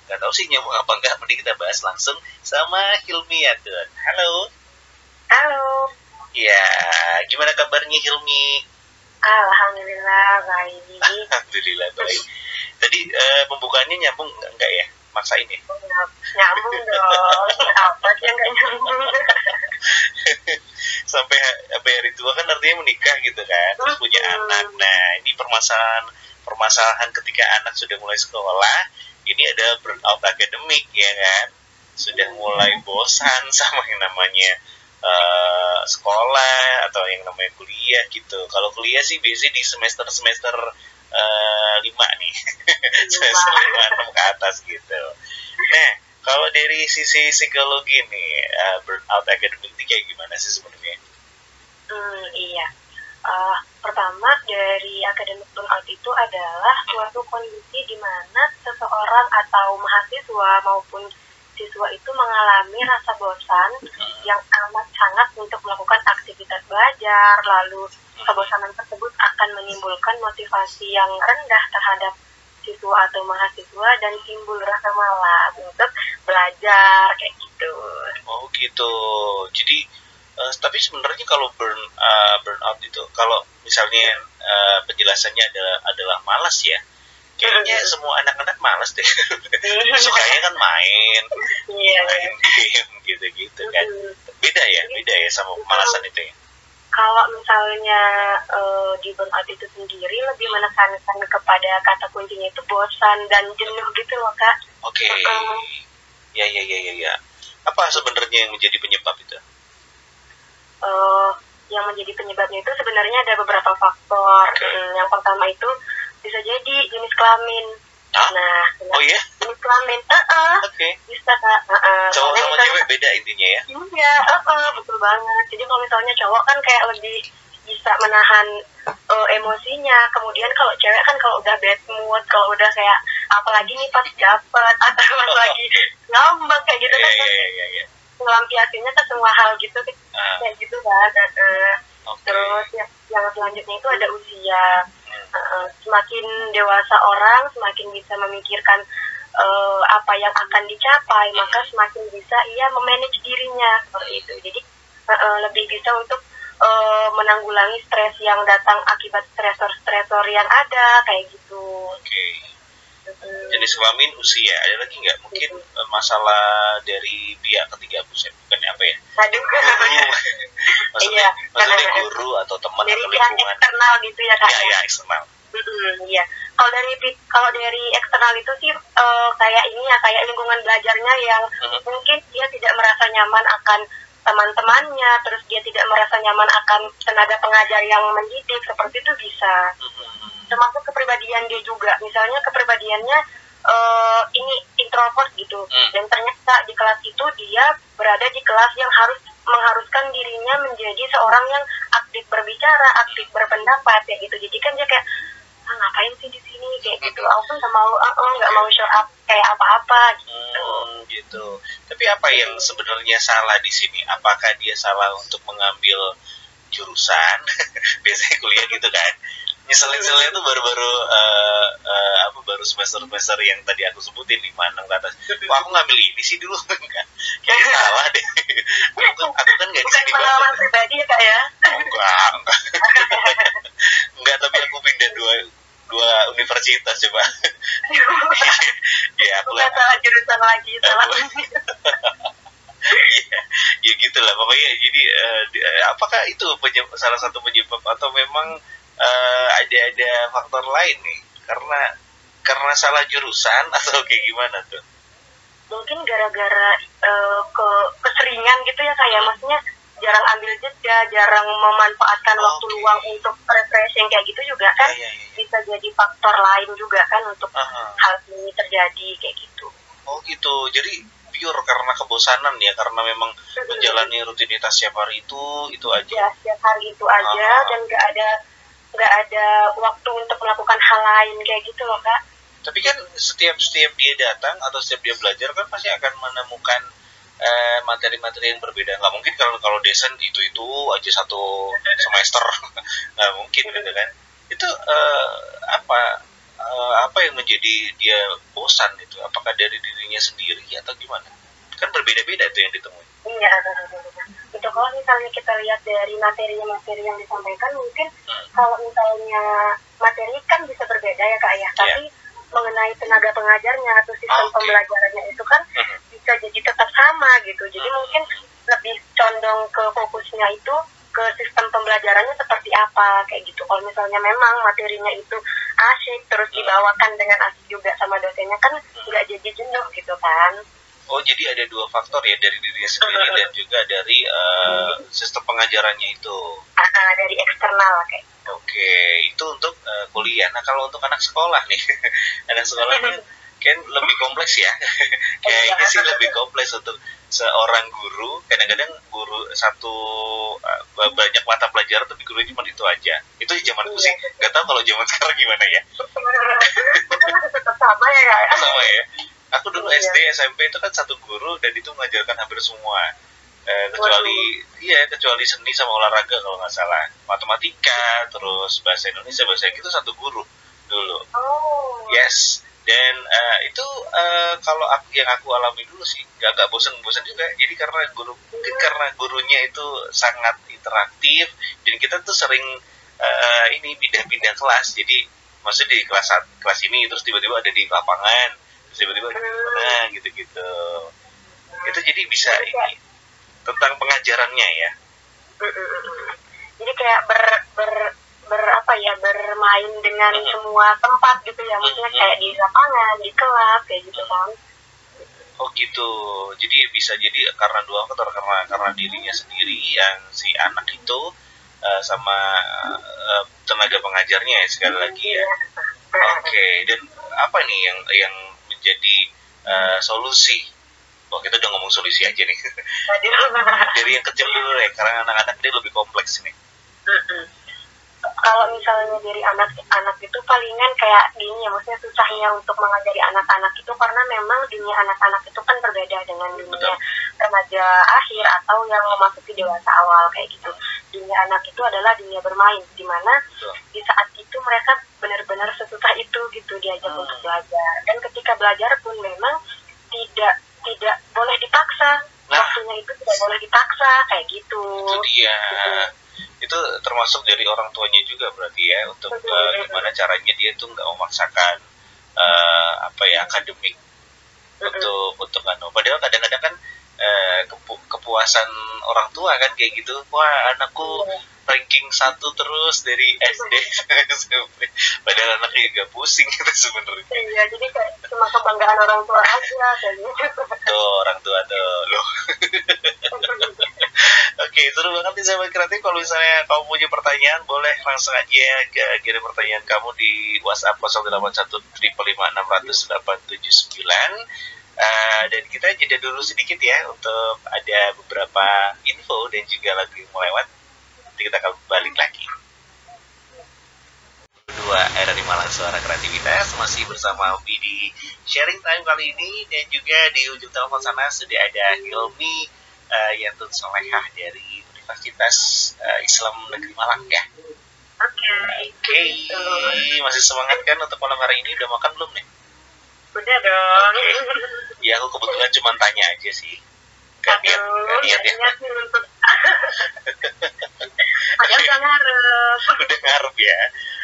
Gak tahu sih nyambung apa enggak, mending kita bahas langsung sama Hilmi ya tuh. Halo. Halo. Ya, gimana kabarnya Hilmi? Alhamdulillah baik. Alhamdulillah baik. Tadi pembukaannya nyambung enggak ya? Maksain ya? Nyambung dong. Apa sih yang gak nyambung? Sampai hari tua kan artinya menikah gitu kan, terus punya anak. Nah, ini permasalahan ketika anak sudah mulai sekolah, ini ada burnout akademik ya kan, sudah mulai bosan sama yang namanya sekolah atau yang namanya kuliah gitu. Kalau kuliah sih biasanya di semester 5 nih, semester 5-6 ke atas gitu. Nah, kalau dari sisi psikologi nih, burnout akademik ini kayak gimana sih sebenarnya? Iya. Pertama dari akademik burnout itu adalah suatu kondisi di mana seseorang atau mahasiswa maupun siswa itu mengalami rasa bosan yang amat sangat untuk melakukan aktivitas belajar, lalu kebosanan tersebut akan menimbulkan motivasi yang rendah terhadap siswa atau mahasiswa dan timbul rasa malas untuk belajar kayak gitu. Oh gitu. Jadi tapi sebenarnya kalau burnout itu, kalau misalnya penjelasannya adalah malas ya, kayaknya semua anak-anak malas deh. Sukanya kan main game gitu-gitu kan. Beda ya sama kemalasan itu ya. Kalau misalnya di burnout itu sendiri lebih menekankan kepada kata kuncinya itu bosan dan jenuh gitu loh Kak. Oke. Ya. Apa sebenarnya yang menjadi penyebab itu? Yang menjadi penyebabnya itu sebenarnya ada beberapa faktor. Yang pertama itu bisa jadi jenis kelamin. Nah, oh iya? Jenis kelamin, bisa Kak. Cowok sama cewek beda intinya ya? Iya, betul banget. Jadi kalau misalnya cowok kan kayak lebih bisa menahan emosinya. Kemudian kalau cewek kan kalau udah bad mood, kalau udah kayak apalagi nih pas dapet atau pas lagi ngambek kayak gitu kan. Melampiasinya ke semua hal gitu kayak gitu kan. Terus yang selanjutnya itu ada usia. Semakin dewasa orang semakin bisa memikirkan apa yang akan dicapai, maka semakin bisa ia memanage dirinya seperti itu. Jadi lebih bisa untuk menanggulangi stres yang datang akibat stresor yang ada kayak gitu. Jenis kelamin, usia, ada lagi nggak? Mungkin masalah dari pihak ketiga, bukan apa ya? Maksudnya guru atau teman dari atau pihak lingkungan eksternal gitu ya Kak? Ya, eksternal. Iya. Kalau dari eksternal itu sih kayak lingkungan belajarnya yang mungkin dia tidak merasa nyaman akan teman-temannya, terus dia tidak merasa nyaman akan tenaga pengajar yang mendidik, seperti itu bisa. Termasuk kepribadian dia juga, misalnya kepribadiannya ini introvert gitu, dan ternyata di kelas itu dia berada di kelas yang mengharuskan dirinya menjadi seorang yang aktif berbicara, aktif berpendapat ya gitu. Jadi kan dia kayak ngapain sih di sini kayak gitu. Aku pun nggak mau show up kayak apa-apa gitu. Gitu. Tapi apa yang sebenarnya salah di sini? Apakah dia salah untuk mengambil jurusan? Biasanya kuliah gitu kan. Nyeselin tuh baru semester yang tadi aku sebutin 5-6 ke atas. Wah, aku ngambil ini sih dulu kan. Kayaknya salah deh. Aku kan nggak di sini banget. Pengalaman pribadi ya Kak ya? Enggak, tapi aku pindah dua universitas coba. Ya aku nggak salah jurusan lagi, salah. Ya gitulah pokoknya. Jadi apakah itu salah satu penyebab atau memang ada faktor lain nih, karena salah jurusan atau kayak gimana tuh? Mungkin gara-gara keseringan gitu ya kayak maksudnya jarang ambil jeda, jarang memanfaatkan waktu luang untuk refreshing kayak gitu juga kan. Bisa jadi faktor lain juga kan untuk hal ini terjadi kayak gitu. Oh gitu, jadi pure karena kebosanan ya, karena memang menjalani rutinitas setiap hari itu aja. Ya, setiap hari itu aja dan nggak ada waktu untuk melakukan hal lain kayak gitu loh Kak. Tapi kan setiap dia datang atau setiap dia belajar kan pasti akan menemukan materi-materi yang berbeda. Nggak mungkin kalau desain itu aja satu semester. Nggak mungkin gitu kan. Itu apa yang menjadi dia bosan itu? Apakah dari dirinya sendiri atau gimana? Kan berbeda-beda itu yang ditemui. Iya, itu kalau misalnya kita lihat dari materi-materi yang disampaikan, mungkin kalau misalnya materi kan bisa berbeda ya Kak ya, tapi mengenai tenaga pengajarnya atau sistem pembelajarannya itu kan bisa jadi tetap sama gitu. Jadi mungkin lebih condong ke fokusnya itu ke sistem pembelajarannya seperti apa kayak gitu. Kalau misalnya memang materinya itu asyik terus dibawakan dengan asik juga sama dosennya kan nggak jadi jenuh gitu kan. Oh, jadi ada dua faktor ya, dari dirinya sendiri dan juga dari sistem pengajarannya itu. Dari eksternal kayak. Oke, itu untuk kuliah. Nah, kalau untuk anak sekolah nih, anak sekolah kan lebih kompleks ya. Kayaknya sih lebih kompleks untuk seorang guru. Kadang-kadang guru satu banyak mata pelajaran tapi gurunya cuma itu aja. Itu zamanku sih. Gak tahu kalau zaman sekarang gimana ya. Tetap sama ya. Sama ya. Aku dulu SD, SMP itu kan satu guru dan itu mengajarkan hampir semua. Kecuali seni sama olahraga kalau nggak salah, matematika, terus bahasa Indonesia, bahasa Inggris itu satu guru dulu. Yes, dan itu kalau yang aku alami dulu sih gak bosan juga. Jadi mungkin karena gurunya itu sangat interaktif dan kita tuh sering ini pindah-pindah kelas. Jadi maksudnya di kelas ini terus tiba-tiba ada di lapangan, terus tiba-tiba ada di mana gitu-gitu. Itu jadi bisa ini tentang pengajarannya ya. Jadi kayak bermain dengan semua tempat gitu ya, maksudnya kayak di lapangan, di kelas kayak gitu kan. Oh gitu. Jadi bisa jadi karena dua faktor, karena dirinya sendiri yang si anak itu sama tenaga pengajarnya ya sekali lagi ya. Oke, dan apa nih yang menjadi solusi? Oh, kita udah ngomong solusi aja nih. Dari yang kecil dulu deh, karena anak-anak dia lebih kompleks nih. Kalau misalnya dari anak-anak itu palingan kayak gini ya, maksudnya susahnya untuk mengajari anak-anak itu karena memang dunia anak-anak itu kan berbeda dengan dunia remaja akhir atau yang memasuki dewasa awal kayak gitu. Dunia anak itu adalah dunia bermain, di mana di saat itu mereka benar-benar sesusah itu gitu diajak untuk belajar. Dan ketika belajar pun memang tidak boleh dipaksa, waktunya itu tidak boleh dipaksa kayak gitu. Itu dia. Itu termasuk dari orang tuanya juga berarti ya, untuk gimana caranya dia tuh nggak memaksakan akademik untuk padahal kadang-kadang kan kepuasan orang tua kan kayak gitu, wah anakku ranking 1 terus dari SD SMP, padahal anaknya gak pusing gitu sebenarnya. Iya, jadi kayak cuma kebanggaan orang tua aja kayak gitu. Tuh orang tua tuh loh. Oke, seru banget nih Sahabat Kreatif. Kalau misalnya kamu punya pertanyaan, boleh langsung aja kirim pertanyaan kamu di WhatsApp 081556000879. Dan kita jeda dulu sedikit ya untuk ada beberapa info dan juga lagu yang mau lewat. Nanti kita akan balik lagi. Kedua era di Malang Suara Kreativitas, masih bersama Obi di sharing time kali ini, dan juga di ujung telepon sana sudah ada Hilmi Yatun Solehah dari Universitas Islam Negeri Malang ya. Oke. Masih semangat kan untuk malam hari ini? Udah makan belum nih? Udah dong. Ya aku kebetulan cuma tanya aja sih. Gak niat ya. Padahal udah ngarep. Udah ngarep ya.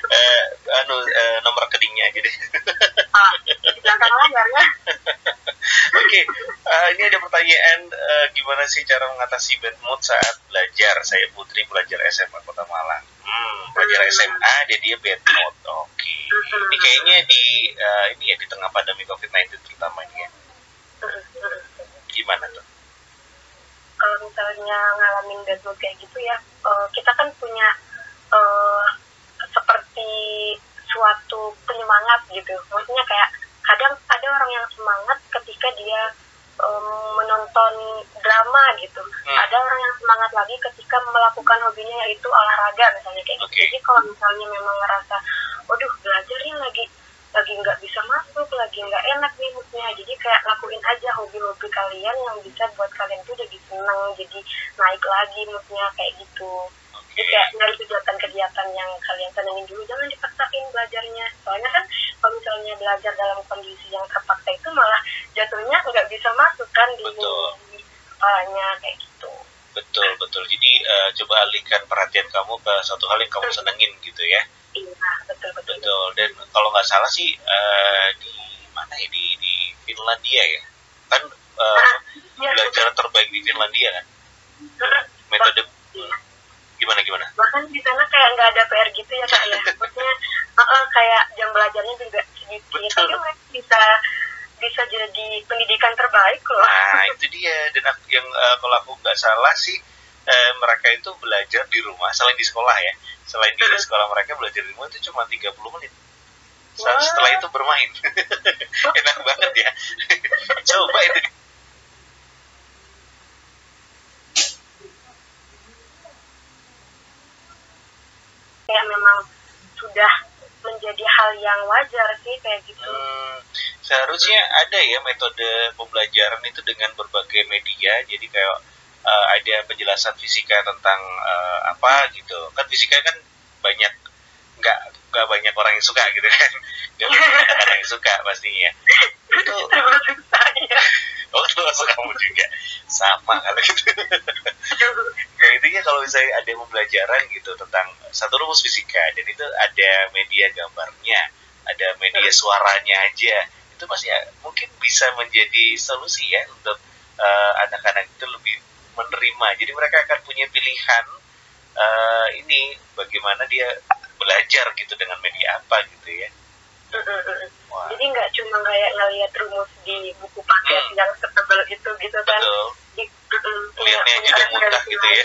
Nomor rekeningnya aja deh. Di belakang layar ya. Oke, ini ada pertanyaan, gimana sih cara mengatasi bad mood saat belajar? Saya Putri, pelajar SMA Kota Malang. Pelajar SMA dia bad mood. Oke. Ini kayaknya di tengah pandemi COVID-19 terutama ini ya. Gimana tuh? Kalau misalnya ngalamin bad mood kayak gitu ya, kita kan punya seperti suatu penyemangat gitu. Maksudnya kayak kadang ada orang yang semangat ketika dia menonton drama gitu. Ada orang yang semangat lagi ketika melakukan hobinya yaitu olahraga misalnya kayak gitu. Jadi kalau misalnya memang ngerasa, waduh belajarnya lagi nggak bisa masuk, lagi nggak enak nih moodnya, jadi kayak lakuin aja hobi-hobi kalian yang bisa buat kalian tuh jadi senang, jadi naik lagi moodnya kayak gitu. Jadi kayak nyari kegiatan-kegiatan yang kalian senengin dulu, jangan dipaksain belajarnya. Soalnya kan kalau misalnya belajar dalam kondisi yang terpaksa itu malah jatuhnya nggak bisa masuk kan di kepalanya kayak gitu. Betul. Jadi coba alihkan perhatian kamu ke satu hal yang kamu senengin gitu ya. Iya, betul. Dan kalau nggak salah sih di mana ya, di Finlandia ya kan, belajar terbaik di Finlandia kan, metode gimana bahkan di sana kayak nggak ada PR gitu ya kak ya, maksudnya kayak jam belajarnya juga sedikit tapi mereka bisa jadi pendidikan terbaik loh. Nah itu dia. Dan yang kalau aku nggak salah sih mereka itu belajar di rumah selain di sekolah ya, selain di sekolah mereka belajar di rumah itu cuma 30 menit. Setelah itu bermain. Enak banget ya. Coba itu. Kayak memang sudah menjadi hal yang wajar sih kayak gitu. Seharusnya ada ya metode pembelajaran itu dengan berbagai media. Jadi kayak ada penjelasan fisika tentang apa gitu. Kan fisika kan banyak, nggak banyak orang yang suka gitu kan. Nggak banyak anak-anak yang suka pastinya. Itu termasuk saya. Oh, termasuk kamu juga. Sama kalau gitu. Ya intinya kalau misalnya ada pembelajaran gitu tentang satu rumus fisika dan itu ada media gambarnya, ada media suaranya aja, itu pasti mungkin bisa menjadi solusi ya untuk anak-anak itu lebih menerima. Jadi mereka akan punya pilihan ini bagaimana dia belajar gitu dengan media apa gitu ya. Jadi nggak cuma kayak ngeliat rumus di buku paket yang setebal itu gitu kan. Lihatnya juga mudah gitu ya.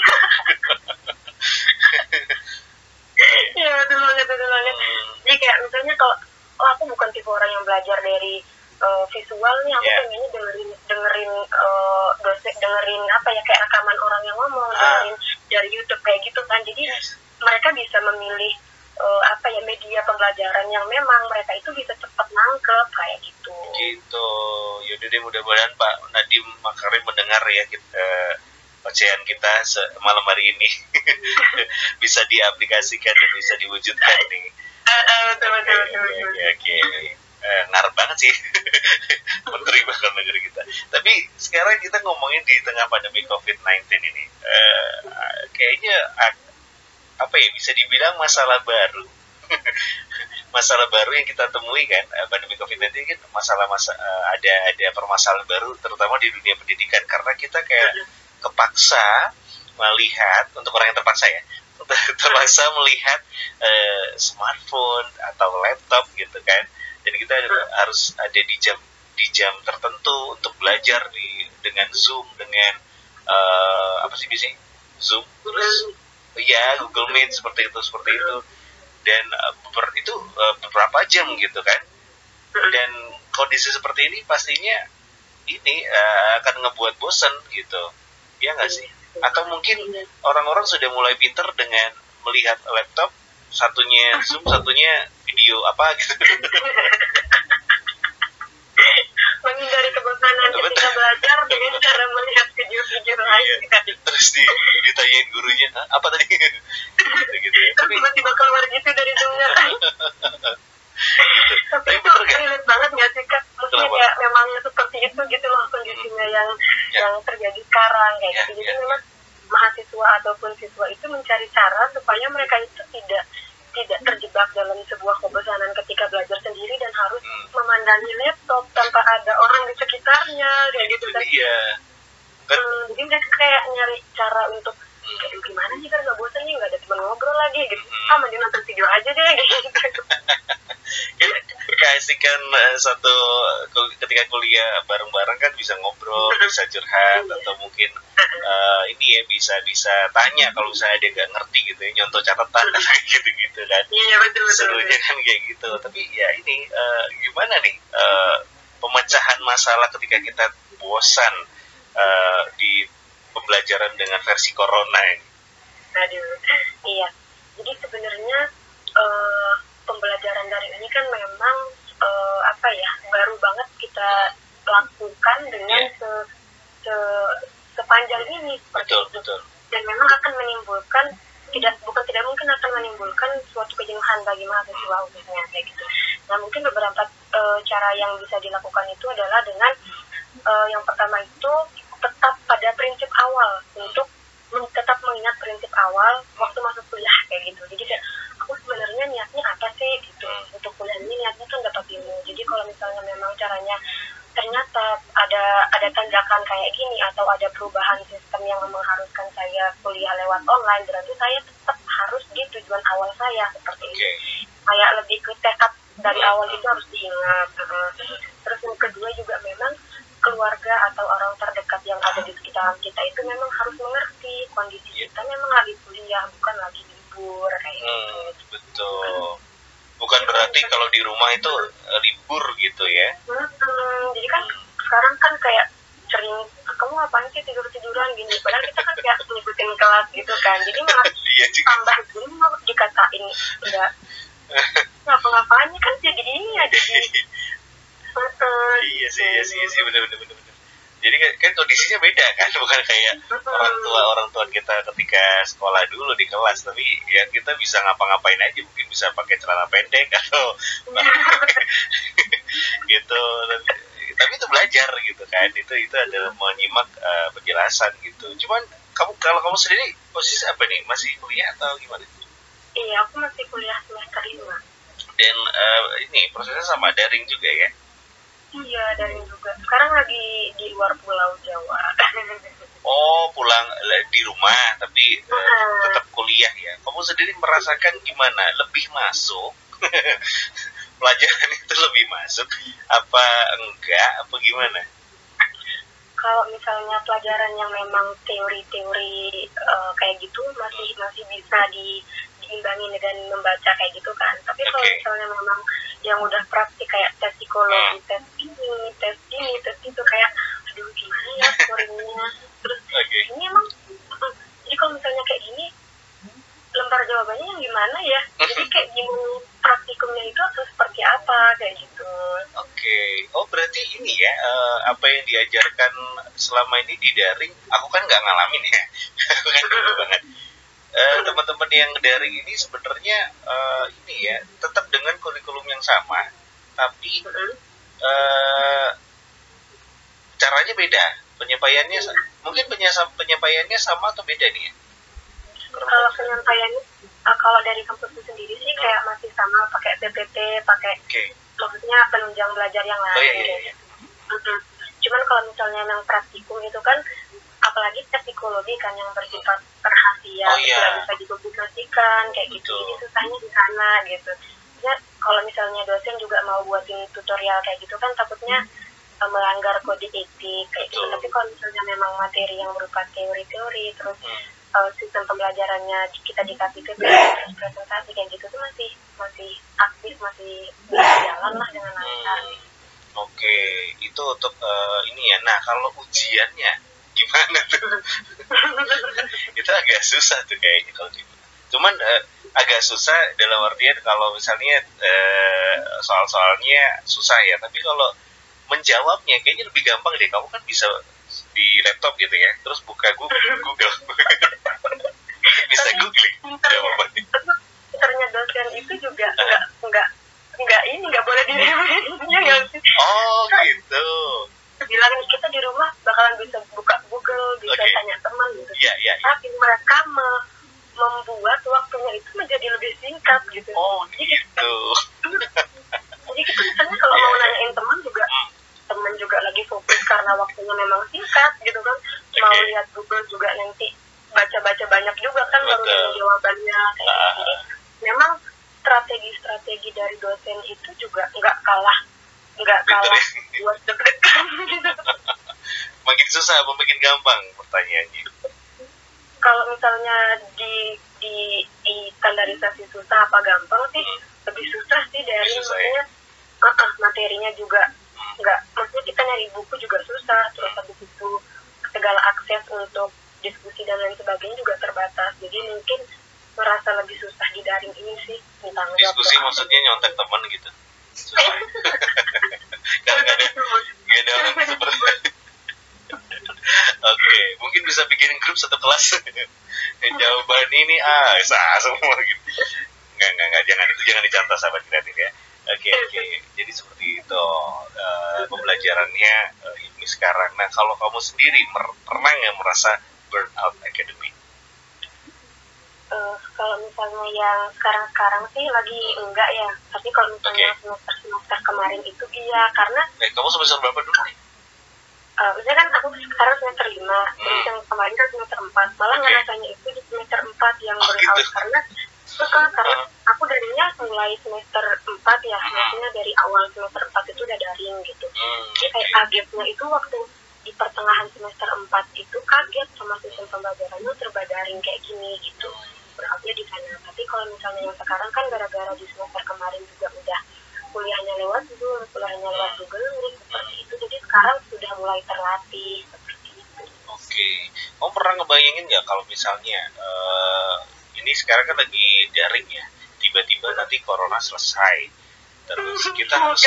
Iya betul banget. Jadi kayak misalnya kalau aku bukan tipe orang yang belajar dari visual nih, aku pengennya dengerin dosen, dengerin apa ya kayak rekaman orang yang ngomong, dengerin dari YouTube kayak gitu kan. Jadi mereka bisa memilih apa ya media pembelajaran yang memang mereka itu bisa cepat nangkep kayak gitu. Gitu. Yaudah deh, mudah-mudahan Pak Nadiem Makarim mendengar ya ocehan kita malam hari ini bisa diaplikasikan dan bisa diwujudkan nih. Betul. Oke. Ngarep banget sih Menteri Bakal Negeri kita. Tapi sekarang kita ngomongin di tengah pandemi COVID-19 ini, kayaknya apa ya, bisa dibilang masalah baru. Masalah baru yang kita temui kan, pandemi COVID-19 kan ada permasalahan baru terutama di dunia pendidikan karena kita kayak kepaksa melihat, untuk orang yang terpaksa ya, terpaksa melihat smartphone atau laptop gitu kan, dan kita harus ada di jam tertentu untuk belajar dengan Zoom, dengan apa sih biasanya Zoom, terus ya Google Meet seperti itu, dan itu beberapa jam gitu kan. Dan kondisi seperti ini pastinya ini akan ngebuat bosan gitu, ya nggak sih? Atau mungkin orang-orang sudah mulai pinter dengan melihat laptop, satunya Zoom, satunya video apa gitu. Menghindari kebosanan ketika belajar dengan cara melihat video-video lain. Terus ditanyain gurunya, apa tadi? Gitu ya. Terus tiba-tiba keluar gitu dari Zoom-nya. Gitu. Tapi itu relate banget nggak sih Kak? Maksudnya kayak memang seperti itu gitu loh kondisinya yang terjadi sekarang kayak gitu. Jadi memang mahasiswa ataupun siswa itu mencari cara supaya mereka itu tidak terjebak dalam sebuah kebosanan ketika belajar sendiri dan harus memandangi laptop tanpa ada orang di sekitarnya kayak gitu kan. Iya. Jadi mereka kayak nyari cara untuk kayak gimana sih kan nggak bosan nih, nggak ada teman ngobrol lagi gitu. Mending nonton video aja deh gitu. Keasikan satu ketika kuliah bareng-bareng kan bisa ngobrol, bisa curhat, atau mungkin ini ya bisa tanya kalau misalnya dia nggak ngerti gitu ya, nyontoh catatan gitu kan. Iya betul. Serunya kan kayak gitu. Tapi ya ini gimana nih pemecahan masalah ketika kita bosan di pembelajaran dengan versi corona ini? Aduh, iya. Jadi sebenarnya pembelajaran daring ini kan memang apa ya, baru banget kita lakukan dengan sepanjang ini. Betul. Dan memang akan menimbulkan tidak mungkin akan menimbulkan suatu kejenuhan bagi mahasiswa khususnya kayak gitu. Nah, mungkin beberapa cara yang bisa dilakukan itu adalah dengan yang pertama itu tetap pada prinsip awal untuk tetap mengingat prinsip awal waktu masuk kuliah kayak gitu. Jadi kayak aku sebenarnya niatnya apa sih gitu untuk kuliah ini, niatnya kan dapat ilmu. Jadi kalau misalnya memang caranya ternyata ada tanjakan kayak gini atau ada perubahan sistem yang mengharuskan saya kuliah lewat online, berarti saya tetap harus di tujuan awal saya seperti itu. Kayak lebih ke tekad dari awal itu harus diingat. Terus yang kedua juga memang keluarga atau orang terdekat yang ada di sekitaran kita itu memang harus mengerti kondisi kita memang lagi kuliah, bukan lagi libur kayak gitu. Betul. Bukan berarti kalau di rumah itu libur gitu ya. Jadi kan sekarang kan kayak sering kamu ngapain sih tidur-tiduran gini, padahal kita kan kayak ngikutin kelas gitu kan, jadi malah tambah gini mau dikatain enggak ngapa-ngapainnya kan jadi ini ya jadi iya sih bener. Jadi kan kondisinya beda kan, bukan kayak orang tua kita ketika sekolah dulu di kelas, tapi ya kita bisa ngapa-ngapain aja, mungkin bisa pakai celana pendek atau gitu, tapi itu belajar gitu kan, itu adalah menyimak penjelasan gitu. Cuman kalau kamu sendiri posisi apa nih, masih kuliah atau gimana? Iya, aku masih kuliah semester 5. Dan ini prosesnya sama daring juga ya? Iya, daring juga. Sekarang lagi di luar Pulau Jawa. Oh, pulang di rumah tapi tetap kuliah ya. Kamu sendiri merasakan gimana? Lebih masuk? Pelajaran itu lebih masuk apa enggak? Apa gimana? Kalau misalnya pelajaran yang memang teori-teori kayak gitu masih bisa diimbangi dengan membaca kayak gitu kan. Tapi kalau misalnya memang yang udah praktik kayak tes psikologi, tes itu kayak aduh gimana ya scoringnya. Terus ini emang jadi kalau misalnya kayak gini lembar jawabannya yang gimana ya? Jadi kayak bingung praktikumnya itu harus seperti apa kayak gitu. Oh berarti ini ya apa yang diajarkan selama ini di daring, aku kan nggak ngalamin ya, aku kan dulu banget. Teman-teman yang daring ini sebenarnya ini ya tetap dengan kurikulum yang sama, tapi caranya beda, penyampaiannya mungkin penyampaiannya sama atau beda nih ya? Kalau penyampaiannya kalau dari kampus sendiri sih kayak masih sama, pakai PPT, pakai maksudnya penunjang belajar yang lain. Cuman kalau misalnya yang praktikum itu kan apalagi tes psikologi kan yang bersifat perhatian, tidak bisa dipublikasikan kayak gitu. Jadi susahnya di sana gitu. Ya kalau misalnya dosen juga mau buatin tutorial kayak gitu kan takutnya melanggar kode etik kayak gitu. Tapi kalau misalnya memang materi yang berupa teori-teori terus sistem pembelajarannya kita dikasih terus presentasi kayak gitu tuh masih aktif, masih bisa jalan lah dengan lancar. Itu untuk ini ya. Nah kalau ujiannya gimana tuh? Itu agak susah tuh kayaknya kalau gitu. Cuman agak susah dalam artian kalau misalnya soal-soalnya susah ya, tapi kalau menjawabnya kayaknya lebih gampang deh. Kamu kan bisa di laptop gitu ya, terus buka Google bisa googling jawabannya. Pinternya dosen itu juga nggak boleh diremehin ya nggak sih? Oh gitu. Bilang kita di rumah bakalan bisa buka Google, bisa tanya teman gitu. Tapi mereka membuat waktunya itu menjadi lebih singkat gitu. Oh gitu. Jadi kita misalnya kalau mau nanyain teman juga teman juga lagi fokus karena waktunya memang singkat gitu kan. Mau lihat Google juga nanti baca-baca banyak juga kan baru nanya jawabannya kayak gitu. Memang strategi dari dosen itu juga nggak kalah buat deg-degan gitu. Makin susah apa makin gampang pertanyaannya? Kalau misalnya di standarisasi susah apa gampang sih? Lebih susah sih dari maksudnya materinya juga nggak, maksudnya kita nyari buku juga susah, terus habis itu segala akses untuk diskusi dan lain sebagainya juga terbatas, jadi mungkin merasa lebih susah di daring ini sih. Diskusi maksudnya nyontek teman gitu? Karena nggak ada orang seperti mungkin bisa bikin grup satu kelas. Jawaban ini semua gitu. Enggak, jangan dicontoh sahabat kreatif ya. Oke, oke. Jadi seperti itu pembelajarannya ini sekarang. Nah, kalau kamu sendiri pernah nggak merasa burnout academic? Kalau misalnya yang sekarang-sekarang sih lagi enggak ya, tapi kalau misalnya semester kemarin itu iya, karena kamu semester berapa dulu nih? Misalnya kan aku sekarang semester 5, terus yang kemarin kan semester 4, malah ngerasanya itu di semester 4 yang burnout gitu. Karena aku darinya mulai semester 4 ya, maksudnya dari awal semester 4 itu udah daring gitu. Jadi kayak kagetnya itu waktu di pertengahan semester 4 itu kaget sama sistem pembelajarannya serba daring kayak gini gitu. Burnoutnya di sana. Tapi kalau misalnya yang sekarang kan gara-gara di semester kemarin juga udah kuliahnya lewat Zoom, kuliahnya lewat Google Meet, seperti itu. Jadi sekarang sudah mulai terlatih seperti itu. Oke. Kamu pernah ngebayangin nggak kalau misalnya ini sekarang kan lagi daring ya, tiba-tiba nanti corona selesai, terus kita harus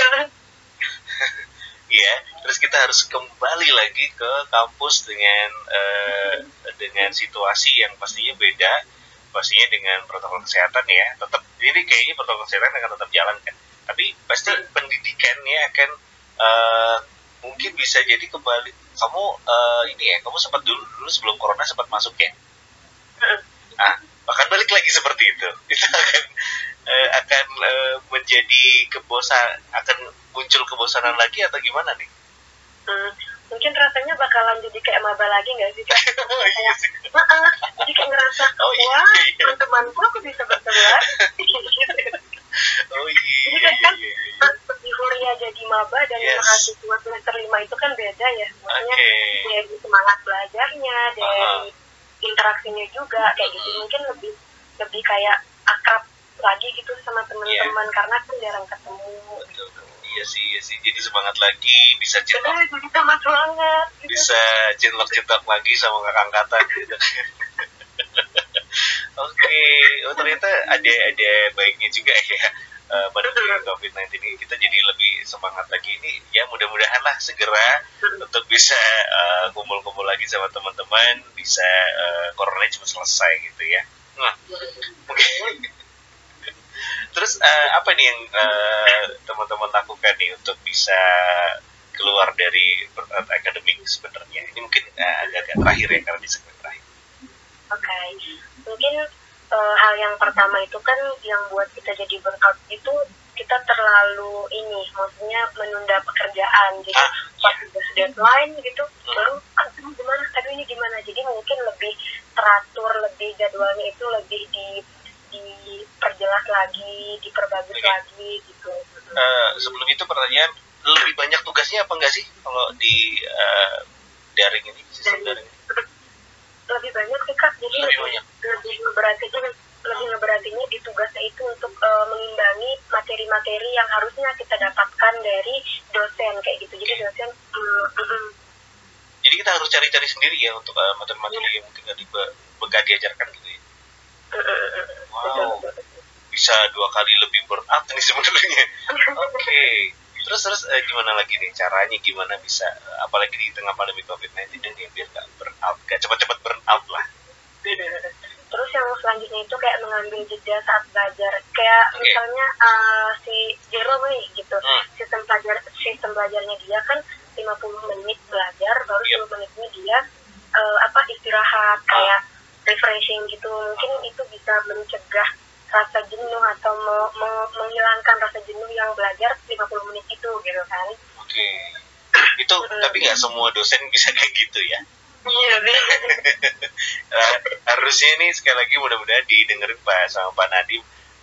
ya, terus kita harus kembali lagi ke kampus dengan situasi yang pastinya beda, pastinya dengan protokol kesehatan ya. Tetap ini kayaknya protokol kesehatan akan tetap jalan kan, tapi pasti pendidikannya akan mungkin bisa jadi kembali. Kamu ini ya, kamu sempat dulu sebelum corona sempat masuk ya. Bahkan balik lagi seperti itu akan menjadi akan muncul kebosanan lagi atau gimana nih? Mungkin rasanya bakalan jadi kayak maba lagi nggak sih Kak? Kayak, jadi kayak ngerasa wah teman-temanku aku bisa berteman. Jadi kan euforia jadi maba dan mahasiswa semester 5 itu kan beda ya, maksudnya dari semangat belajarnya, dari interaksinya juga kayak gitu, mungkin lebih kayak akrab lagi gitu sama teman-teman karena kan jarang ketemu. Iya sih, jadi semangat lagi, bisa cinlok, jadi semangat banget gitu. Bisa cinlok lagi sama kakak angkatan gitu. Oke. Oh ternyata ada baiknya juga ya. Pandemi COVID-19 ini kita jadi lebih semangat lagi ini ya, mudah-mudahan lah segera untuk bisa kumpul-kumpul lagi sama teman-teman, bisa corona cepat selesai gitu ya. Oke. Terus apa nih yang teman-teman lakukan nih untuk bisa keluar dari burnout akademik sebenarnya? Ini mungkin agak terakhir ya, karena di segmen terakhir. Oke. Mungkin hal yang pertama itu kan yang buat kita jadi burnout itu kita terlalu maksudnya menunda pekerjaan. Jadi pas udah deadline gitu baru aduh ini gimana, jadi mungkin lebih teratur, lebih jadwalnya itu lebih diperjelas lagi, diperbagus lagi gitu. Sebelum itu pertanyaan, lebih banyak tugasnya apa enggak sih kalau di daring ini, sistem daring ini? Lebih banyak sih Kak, jadi lebih ngeberatinya di tugasnya itu untuk mengimbangi materi-materi yang harusnya kita dapatkan dari dosen kayak gitu. Jadi dosen jadi kita harus cari-cari sendiri ya untuk materi-materi yang mungkin nggak diajarkan gitu ya. Wow, bisa 2 kali lebih burnout nih sebenarnya. Oke. Terus gimana lagi nih caranya, gimana bisa apalagi di tengah pandemi COVID-19 ini biar nggak burnout, nggak cepat-cepat burnout lah. Terus yang selanjutnya itu kayak mengambil jeda saat belajar, kayak misalnya si Jero nih gitu, sistem belajarnya dia kan 50 menit belajar, baru 10 menitnya dia istirahat, kayak refreshing gitu. Mungkin itu bisa mencegah rasa jenuh atau menghilangkan rasa jenuh yang belajar 50 menit itu gitu kan. Oke. Itu tapi nggak semua dosen bisa kayak gitu ya. Iya deh. Harusnya ini sekali lagi mudah-mudahan didengerin sama Pak Nadiem,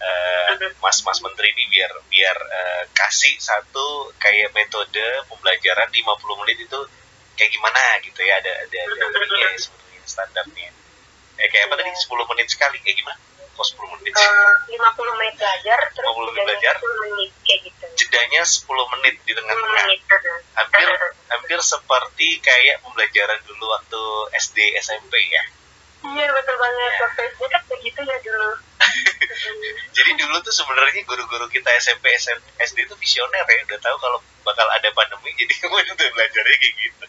Mas Menteri ini biar kasih satu kayak metode pembelajaran 50 menit itu kayak gimana gitu ya, ada ininya ya, sebenarnya standarnya. Kayak apa tadi 10 menit sekali kayak gimana? 10 menit. 50 menit belajar, terus 50 menit belajar, 10 menit kayak gitu. Jedanya 10 menit di tengah-tengah. Hampir seperti kayak pembelajaran dulu waktu SD SMP ya. Iya betul banget, waktu SD kan begitu ya dulu. Jadi dulu tuh sebenarnya guru-guru kita SMP SD itu visioner ya, udah tahu kalau bakal ada pandemi, jadi udah belajarnya kayak gitu.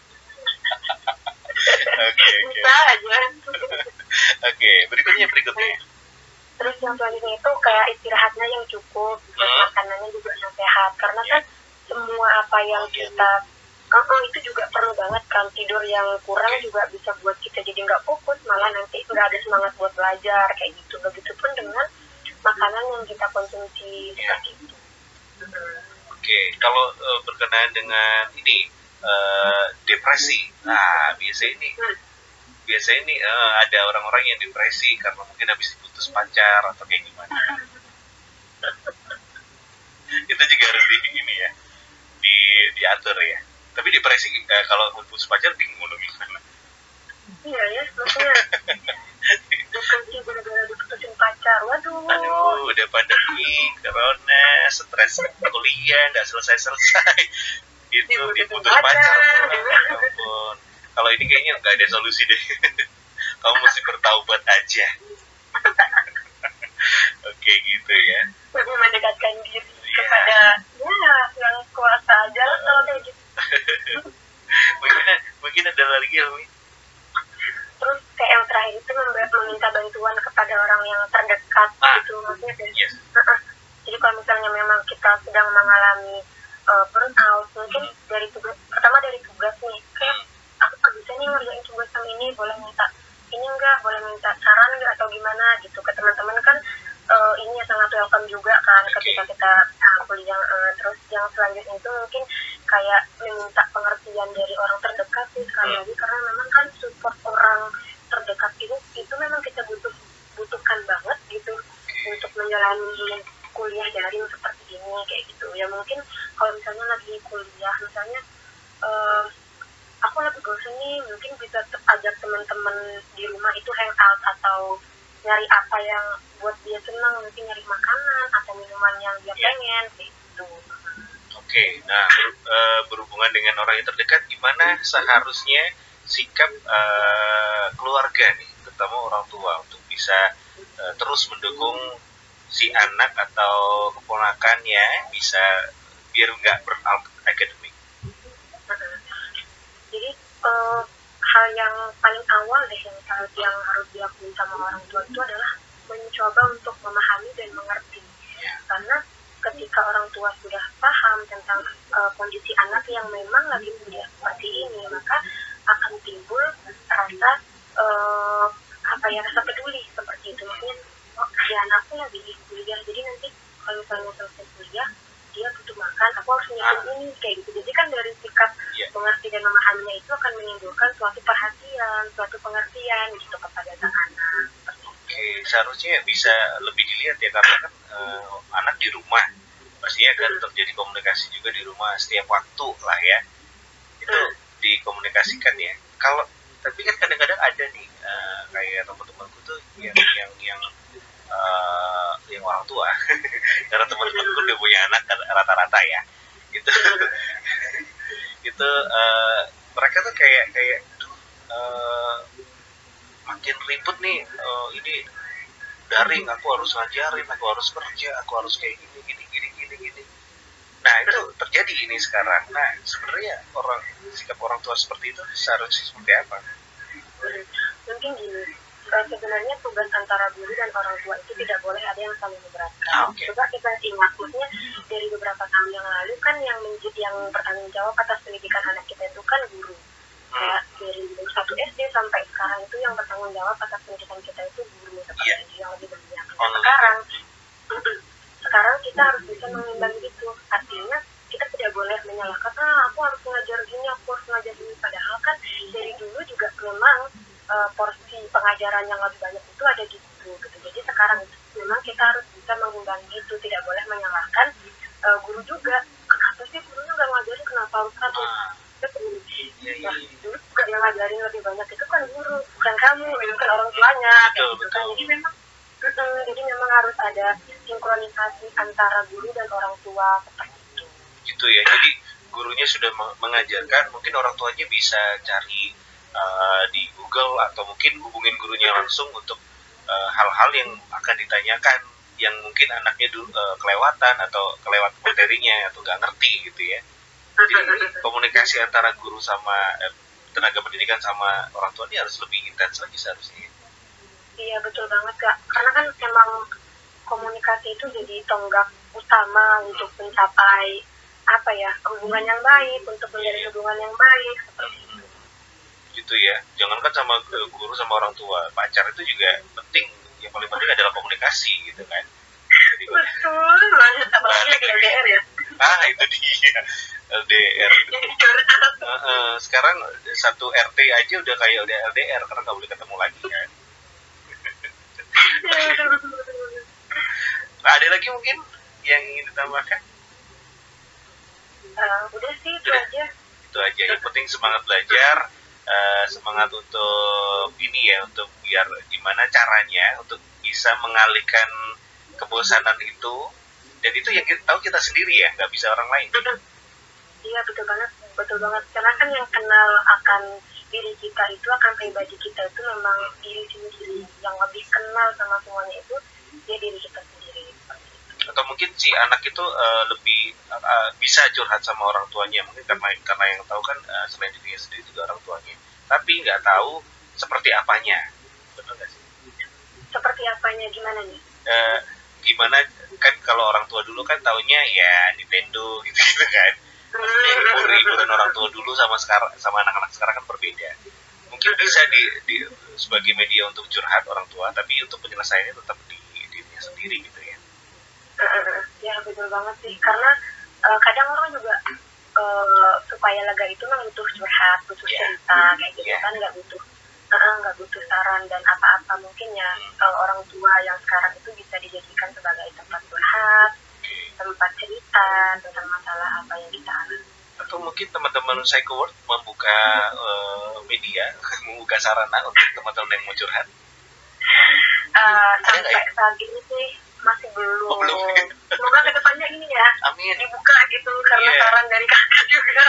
Oke. Oke, berikutnya. Terus yang selanjutnya itu kayak istirahatnya yang cukup, terus makanannya juga yang sehat. Karena kan semua apa yang kita itu juga perlu banget kan. Tidur yang kurang juga bisa buat kita jadi nggak fokus, malah nanti nggak ada semangat buat belajar kayak gitu. Begitupun dengan makanan yang kita konsumsi seperti itu. Oke, kalau berkenaan dengan ini depresi, nah biasa ini ada orang-orang yang depresi karena mungkin habis diputus pacar atau kayak gimana. Itu juga harus ini ya, diatur ya. Tapi depresi kalau putus pacar bingung gimana. Iya ya, maksudnya depresi gara-gara diputusin pacar, aduh udah pandemi, corona, stres kuliah nggak selesai itu diputus pacar. Ampun, kalau ini kayaknya nggak ada solusi deh. Kamu mesti bertaubat aja. Oke gitu ya, lebih mendekatkan diri kepada yang kuasa aja lah kalau kayak gitu. mungkin ada lagi ya, Mi? Terus kayak yang terakhir itu meminta bantuan kepada orang yang terdekat gitu, maksudnya jadi kalau misalnya memang kita sedang mengalami burnout, mungkin dari tugas nih, kayak aku nggak bisa nih ngerjain tugas yang ini, boleh minta ini enggak, boleh minta saran enggak atau gimana gitu ke teman-teman kan. Ini sangat welcome juga kan ketika kita kuliah. Terus yang selanjutnya itu mungkin kayak meminta pengertian dari orang terdekat sih sekali lagi, karena memang kan support orang terdekat itu memang kita butuhkan banget gitu untuk menjalani kuliah daring seperti ini kayak gitu ya. Mungkin kalau misalnya lagi kuliah, misalnya aku lagi bosan nih, mungkin bisa ajak teman-teman di rumah itu hangout atau nyari apa yang buat dia senang, mungkin nyari makanan atau minuman yang dia pengen gitu. Oke, nah berhubungan dengan orang yang terdekat, gimana seharusnya sikap keluarga nih, terutama orang tua untuk bisa terus mendukung si anak atau keponakannya bisa biar nggak burnout akademik. Jadi hal yang paling awal deh yang harus dilakukan sama orang tua itu adalah mencoba untuk memahami dan mengerti. Karena ketika orang tua sudah paham tentang kondisi anak yang memang lagi kuliah seperti ini, maka akan timbul rasa rasa peduli seperti itu. Maksudnya, ya anakku lagi kuliah, jadi nanti kalau misalnya selesai kuliah dia butuh makan, aku harus nyiapin ini kayak gitu. Jadi kan dari sikap mengerti dan memahaminya itu akan menimbulkan suatu perhatian, suatu pengertian gitu kepada sang anak. Oke, seharusnya bisa lebih dilihat ya, karena kan anak di rumah pastinya akan terjadi komunikasi juga di rumah setiap waktu lah ya, itu dikomunikasikan ya. Kalau tapi kan kadang-kadang ada nih kayak teman-temanku tuh yang orang tua karena teman-temanku udah punya anak kan rata-rata ya, itu mereka tuh kayak makin ribut nih, ini daring, aku harus ngajarin, aku harus kerja, aku harus kayak gini. Nah itu terjadi ini sekarang. Nah sebenarnya sikap orang tua seperti itu seharusnya seperti apa? Mungkin gini, sebenarnya tugas antara guru dan orang tua itu tidak boleh ada yang saling memberatkan. Coba kita ingat, maksudnya dari beberapa tahun yang lalu kan yang bertanggung jawab atas pendidikan anak kita itu kan guru. Kayak dari 1 SD sampai sekarang itu yang bertanggung jawab atas pendidikan kita itu guru seperti yang lebih banyak. Sekarang kita harus bisa mengimbangi itu. Artinya kita tidak boleh menyalahkan, aku harus mengajar gini, aku harus mengajar gini. Padahal kan dari dulu juga memang porsi pengajaran yang lebih banyak itu ada di guru gitu. Jadi sekarang memang kita harus bisa mengimbangi itu, tidak boleh menyalahkan guru juga. Kenapa sih gurunya nggak ngajarin, kenapa harus kamu? Dulu juga yang ngajarin lebih banyak itu kan guru, bukan kamu, bukan orang tuanya. Jadi memang harus ada sinkronisasi antara guru dan orang tua seperti itu. Gitu ya. Jadi gurunya sudah mengajarkan, mungkin orang tuanya bisa cari di Google atau mungkin hubungin gurunya langsung untuk hal-hal yang akan ditanyakan yang mungkin anaknya kelewatan atau kelewat materinya atau nggak ngerti gitu ya. Jadi komunikasi antara guru sama tenaga pendidikan sama orang tua ini harus lebih intens lagi seharusnya. Iya betul banget Kak. Karena kan emang komunikasi itu jadi tonggak utama untuk mencapai apa ya hubungan yang baik, untuk menjalin hubungan yang baik seperti itu. Gitu ya. Jangankan sama guru sama orang tua, pacar itu juga penting. Yang paling penting adalah komunikasi gitu kan. Jadi Betul banget, apalagi lagi LDR ya. itu dia LDR. Jadi curhat. Sekarang satu RT aja udah kayak udah LDR karena nggak boleh ketemu lagi kan. Ya, betul. Nah, ada lagi mungkin yang ingin ditambahkan? Udah sih itu Udah. aja. Itu aja. Yang penting semangat belajar, semangat untuk ini ya, untuk biar gimana caranya untuk bisa mengalihkan kebosanan itu. Dan itu yang kita tahu kita sendiri ya, nggak bisa orang lain. Iya betul banget, betul banget. Karena kan yang kenal akan diri kita itu, akan pribadi kita itu memang diri sendiri. Yang lebih kenal sama semuanya itu dia diri kita sendiri. Atau mungkin si anak itu lebih bisa curhat sama orang tuanya, mungkin karena yang tahu kan selain dirinya sendiri juga orang tuanya, tapi nggak tahu seperti apanya, benar nggak sih? Seperti apanya gimana nih? Gimana kan kalau orang tua dulu kan taunya ya Nintendo gitu kan, maksudnya hiburan orang tua dulu sama sekarang sama anak-anak sekarang kan berbeda. Mungkin bisa di sebagai media untuk curhat orang tua, tapi untuk penyelesaiannya tetap di dirinya sendiri gitu ya. Ya betul banget sih, karena kadang orang juga supaya lega itu memang butuh curhat, butuh cerita kayak gitu kan, nggak butuh saran dan apa-apa. Mungkin ya orang tua yang sekarang itu bisa dijadikan sebagai tempat curhat, tempat cerita tentang masalah apa yang kita alami. Atau mungkin teman-teman Psychoword membuka media, membuka sarana untuk teman-teman yang mau curhat. Sampai saat ini sih masih belum. Oh, belum. Semoga kedepannya ini ya Amin. dibuka gitu karena saran dari kakak juga.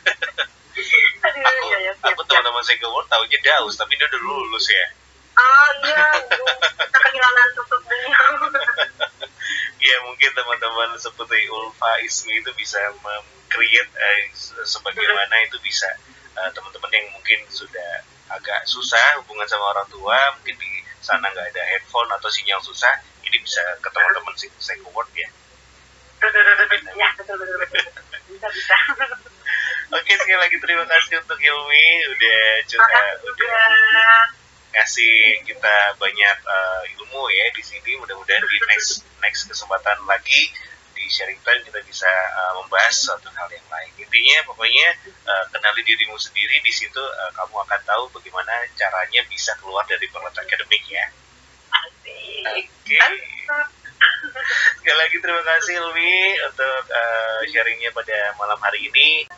Aduh, aku teman-teman Psychoword taunya Daus, tapi dia udah lulus ya. Oh iya, kita kehilangan sosok beliau. Ya mungkin teman-teman seperti Ulfa Ismi itu bisa mem-create sebagaimana itu bisa teman-teman yang mungkin sudah agak susah hubungan sama orang tua, mungkin di sana nggak ada headphone atau sinyal susah, ini bisa ke teman-teman Psychoword ya. Ya betul. Bisa. Oke, sekali lagi terima kasih untuk Hilmi udah curhat, udah ngasih kita banyak ilmu ya di sini. Mudah-mudahan di next kesempatan lagi di sharing time kita bisa membahas suatu hal yang lain. Intinya pokoknya kenali dirimu sendiri, di situ kamu akan tahu bagaimana caranya bisa keluar dari perlet akademik ya. Oke. Sekali lagi terima kasih Hilmi untuk sharingnya pada malam hari ini.